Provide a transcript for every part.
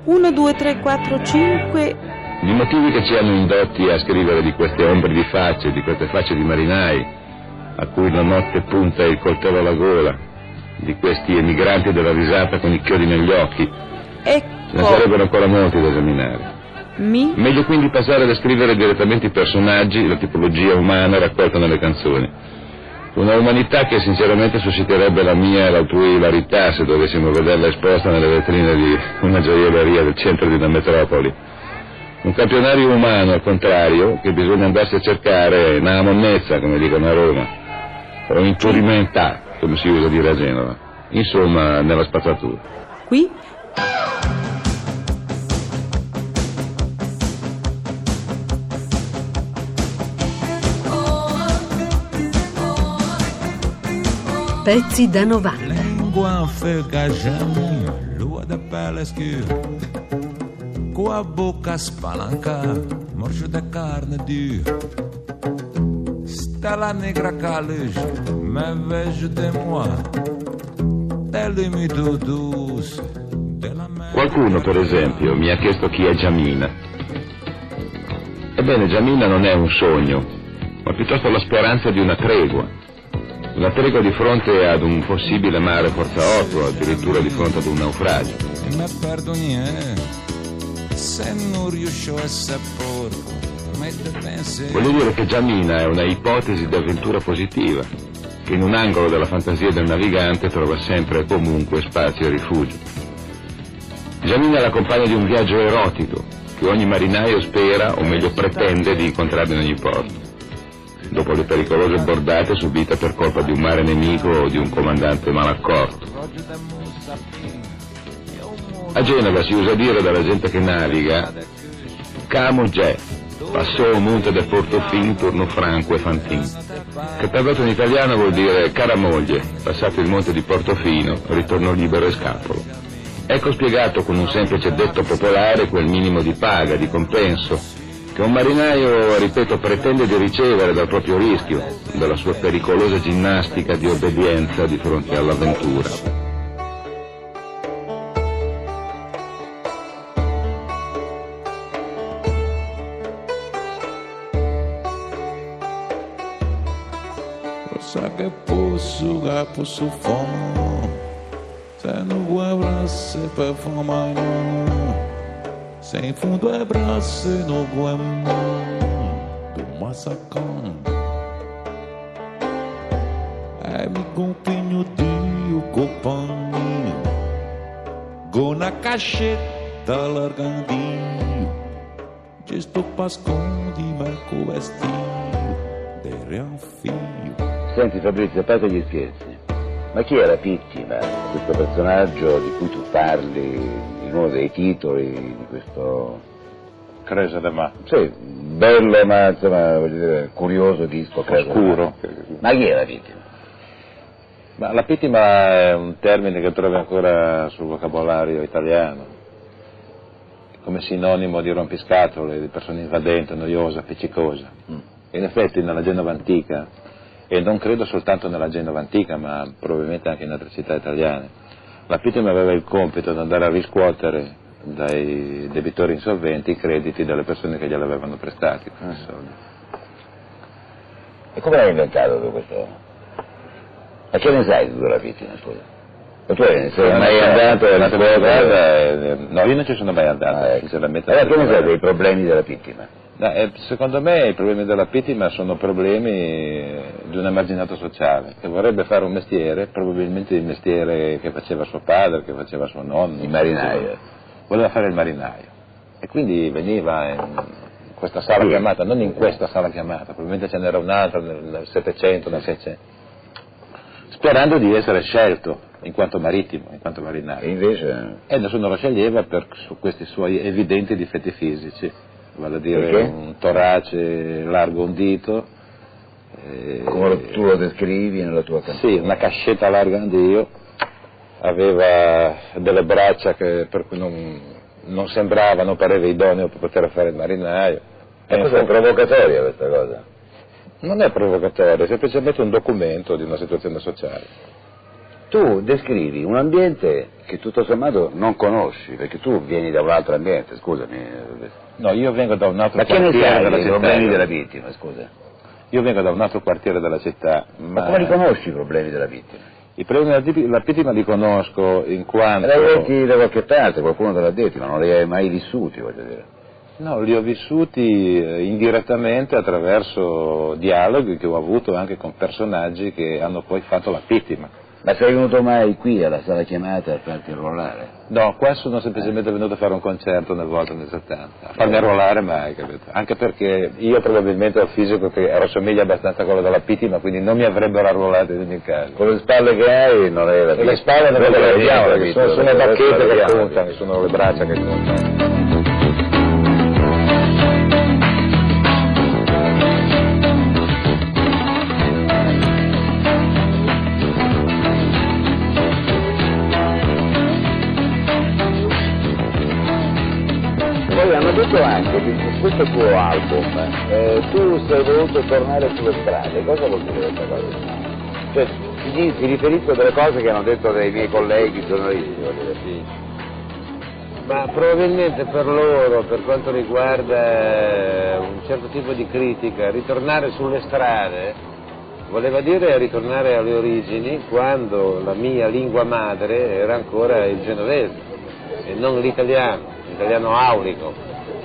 1, 2, 3, 4, 5. I motivi che ci hanno indotti a scrivere di queste ombre di facce, di queste facce di marinai, a cui la notte punta il coltello alla gola, di questi emigranti della risata con i chiodi negli occhi, Ecco. ne sarebbero ancora molti da esaminare. Meglio quindi passare a descrivere direttamente i personaggi, la tipologia umana raccolta nelle canzoni. Una umanità che sinceramente susciterebbe la mia e l'altrui ilarità se dovessimo vederla esposta nelle vetrine di una gioielleria del centro di una metropoli. Un campionario umano, al contrario, che bisogna andarsi a cercare nella monnezza, come dicono a Roma, o in turimentà, come si usa dire a Genova, insomma nella spazzatura. Qui? Pezzi da 90. Lingua fegaggiamo, lua da pelle scura, con la bocca spalancata, morso da carne dura. Sta la negra caluge, me vejo de moi, dell'umido doce della me. Qualcuno, per esempio, mi ha chiesto chi è Giamina. Ebbene, Giamina non è un sogno, ma piuttosto la speranza di una tregua. Una tregua di fronte ad un possibile mare forza 8, addirittura di fronte ad un naufragio. E me perdo niente, se non riuscio a essere porco, mette pensiero. Voglio dire che Giamina è una ipotesi di avventura positiva, che in un angolo della fantasia del navigante trova sempre e comunque spazio e rifugio. Giamina è la compagna di un viaggio erotico, che ogni marinaio spera, o meglio pretende, di incontrare in ogni porto, dopo le pericolose bordate subite per colpa di un mare nemico o di un comandante malaccorto. A Genova si usa dire dalla gente che naviga «Camo Gè, passò monte de Portofin, torno franco e fantin», che tradotto in italiano vuol dire «cara moglie, passato il monte di Portofino, ritorno libero e scapolo». Ecco spiegato con un semplice detto popolare quel minimo di paga, di compenso, che un marinaio, ripeto, pretende di ricevere dal proprio rischio, dalla sua pericolosa ginnastica di obbedienza di fronte all'avventura. Sa che posso fare, se non vuoi abbracci per fare. Se in fondo ai bracci non guardo do massacrão, é me compinho de o companhio, go na cacheta largandinho, gesto pascondi marco vestio, dere un figlio. Senti Fabrizio, a parte gli scherzi, ma chi è la vittima, questo personaggio di cui tu parli? Uno dei titoli di questo Cresa de Ma. Sì, bello ma insomma voglio dire curioso disco oscuro. Ma chi è la vittima? Ma la vittima è un termine che trovi ancora sul vocabolario italiano come sinonimo di rompiscatole, di persona invadente, noiosa, appiccicosa. In effetti nella Genova antica, e non credo soltanto nella Genova antica ma probabilmente anche in altre città italiane, la vittima aveva il compito di andare a riscuotere dai debitori insolventi i crediti delle persone che glieli avevano prestati. E come l'hai inventato tu questo? Ma che ne sai tu della vittima, scusa? E tu ne sei mai andato alla scuola? No, io non ci sono mai andato, sinceramente. Allora che ne sai dei problemi della vittima? Secondo me i problemi della vittima sono problemi di un emarginato sociale che vorrebbe fare un mestiere, probabilmente il mestiere che faceva suo padre, che faceva suo nonno. Il marinaio. Voleva fare il marinaio e quindi veniva in questa sala chiamata, non in questa sala chiamata, probabilmente ce n'era un'altra nel 700, nel 600, sperando di essere scelto in quanto marittimo, in quanto marinaio. E invece? E nessuno lo sceglieva per questi suoi evidenti difetti fisici. Vale a dire perché? Un torace largo un dito. Come tu lo descrivi nella tua canzone? Sì, una cascetta larga un dio, aveva delle braccia per cui non sembrava, non pareva idoneo per poter fare il marinaio. Ma cosa è provocatoria questa cosa? Non è provocatoria, è semplicemente un documento di una situazione sociale. Tu descrivi un ambiente che tutto sommato non conosci, perché tu vieni da un altro ambiente, scusami. No, io vengo da un altro Ma che ne quartiere sai della dei città. problemi della vittima, scusa? Io vengo da un altro quartiere della città. Ma come li conosci i problemi della vittima? I problemi della vittima li conosco in quanto... Li hai letti da qualche parte, qualcuno te l'ha detto, ma non li hai mai vissuti, voglio dire. No, li ho vissuti indirettamente attraverso dialoghi che ho avuto anche con personaggi che hanno poi fatto la vittima. Ma sei venuto mai qui alla sala chiamata a farti arruolare? No, qua sono semplicemente venuto a fare un concerto una volta nel 70, a farmi arruolare mai, capito? Anche perché io probabilmente ho il fisico che rassomiglia abbastanza a quello della vittima, quindi non mi avrebbero arruolato in ogni caso. Con le spalle che hai non è la vittima. Le spalle non le vediamo, sono le bacchette che contano, contano, sono le braccia che contano. Poi hanno detto anche che in questo tuo album tu sei voluto tornare sulle strade, cosa vuol dire questa cosa? Cioè, ti riferisco a delle cose che hanno detto dei miei colleghi giornalisti, voglio dire. Sì. Ma probabilmente per loro, per quanto riguarda un certo tipo di critica, ritornare sulle strade voleva dire ritornare alle origini, quando la mia lingua madre era ancora il genovese e non l'italiano aulico.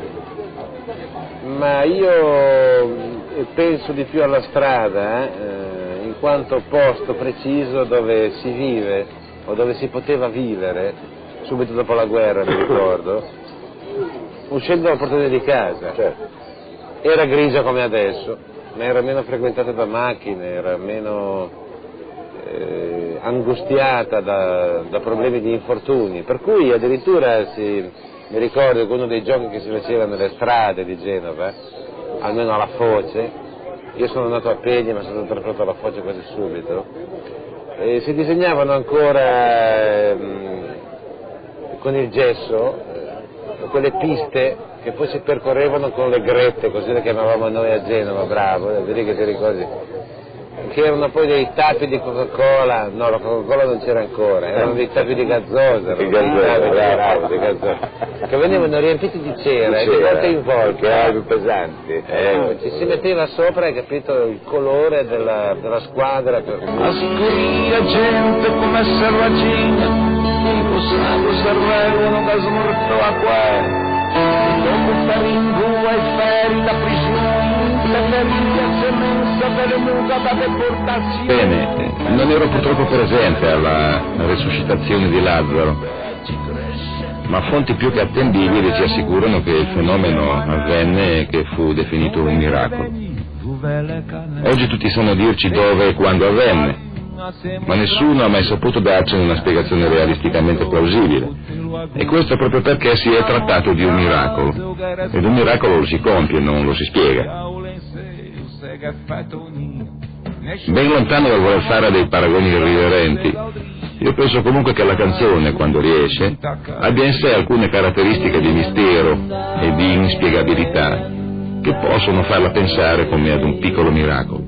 Ma io penso di più alla strada in quanto posto preciso dove si vive o dove si poteva vivere subito dopo la guerra, mi ricordo, uscendo dal portone di casa. Certo. Era grigia come adesso, ma era meno frequentata da macchine, era meno angustiata da problemi di infortuni, per cui addirittura mi ricordo che uno dei giochi che si faceva nelle strade di Genova, almeno alla Foce, io sono andato a piedi ma sono trasportato alla Foce quasi subito, si disegnavano ancora con il gesso quelle piste che poi si percorrevano con le grette, così le chiamavamo noi a Genova, bravo, vedi che ti ricordi, che erano poi dei tappi di Coca-Cola, no, la Coca-Cola non c'era ancora, erano dei tappi di gazzosa, che venivano riempiti di cera e di volta in volta, che erano più pesanti. Ci si metteva sopra, hai capito, il colore della squadra. Ascolta gente come selvaggina, tipo sangue servevano da smorto a qua. Dopo per in rua e feri la prigione, la ferita semenza venuta da deportazione. Bene, non ero purtroppo presente alla resuscitazione di Lazzaro, ma fonti più che attendibili ci assicurano che il fenomeno avvenne e che fu definito un miracolo. Oggi tutti sanno dirci dove e quando avvenne, ma nessuno ha mai saputo darcene una spiegazione realisticamente plausibile. E questo proprio perché si è trattato di un miracolo, ed un miracolo lo si compie, non lo si spiega. Ben lontano dal voler fare dei paragoni irriverenti, io penso comunque che la canzone, quando riesce, abbia in sé alcune caratteristiche di mistero e di inspiegabilità che possono farla pensare come ad un piccolo miracolo.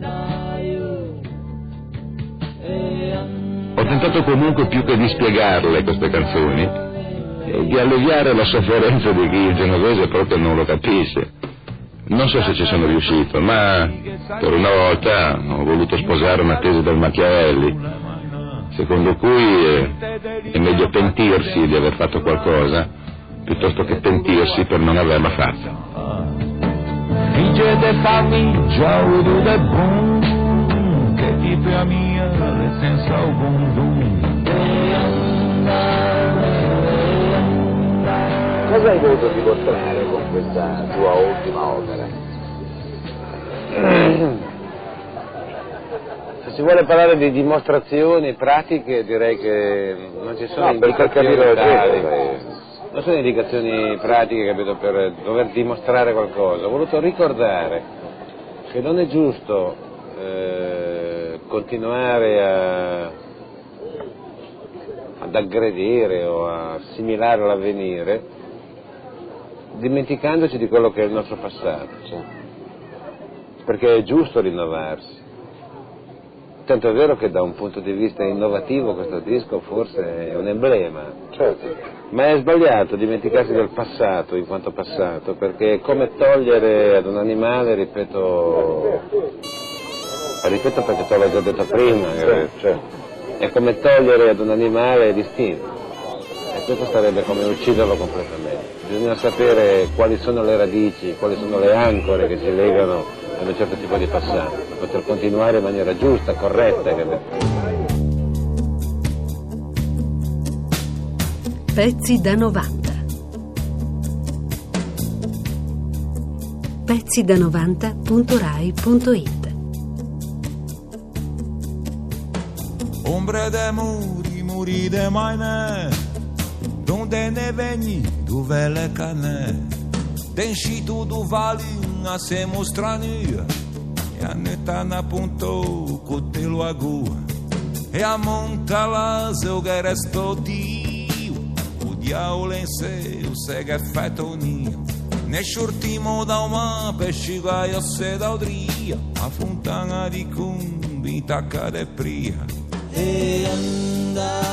Ho tentato comunque, più che di spiegarle queste canzoni, di alleviare la sofferenza di chi il genovese proprio non lo capisce. Non so se ci sono riuscito, ma per una volta ho voluto sposare una tesi del Machiavelli, secondo cui è meglio pentirsi di aver fatto qualcosa piuttosto che pentirsi per non averla fatta. Figlie de famiglia o de bom, che tipo a mia senza algum dum. Cosa hai voluto dimostrare con questa tua ultima opera? Se si vuole parlare di dimostrazioni pratiche, direi che non ci sono indicazioni tali. Non sono indicazioni pratiche, capito, per dover dimostrare qualcosa. Ho voluto ricordare che non è giusto continuare ad aggredire o a assimilare l'avvenire dimenticandoci di quello che è il nostro passato, perché è giusto rinnovarsi. tanto è vero che da un punto di vista innovativo questo disco forse è un emblema. Certo. Ma è sbagliato dimenticarsi del passato in quanto passato, perché è come togliere ad un animale, ripeto perché te l'ho già detto prima, Certo. è come togliere ad un animale l'istinto, e questo sarebbe come ucciderlo completamente. Bisogna sapere quali sono le radici, quali sono le ancore che ci legano ad un certo tipo di passato, per poter continuare in maniera giusta, corretta. Pezzi da 90. pezzidanovanta.rai.it. Ombre de muri de maine, donde ne veni, dove le cane, denșitu du valin a se mostrania, e a netana punto cu te luagua, e a monta la zeu che resto dio, o diavolo in se, o se che fetonia, ne shurtimo da uma pesciga io se da odria, a fontana di cumbi tacca de pria, e andare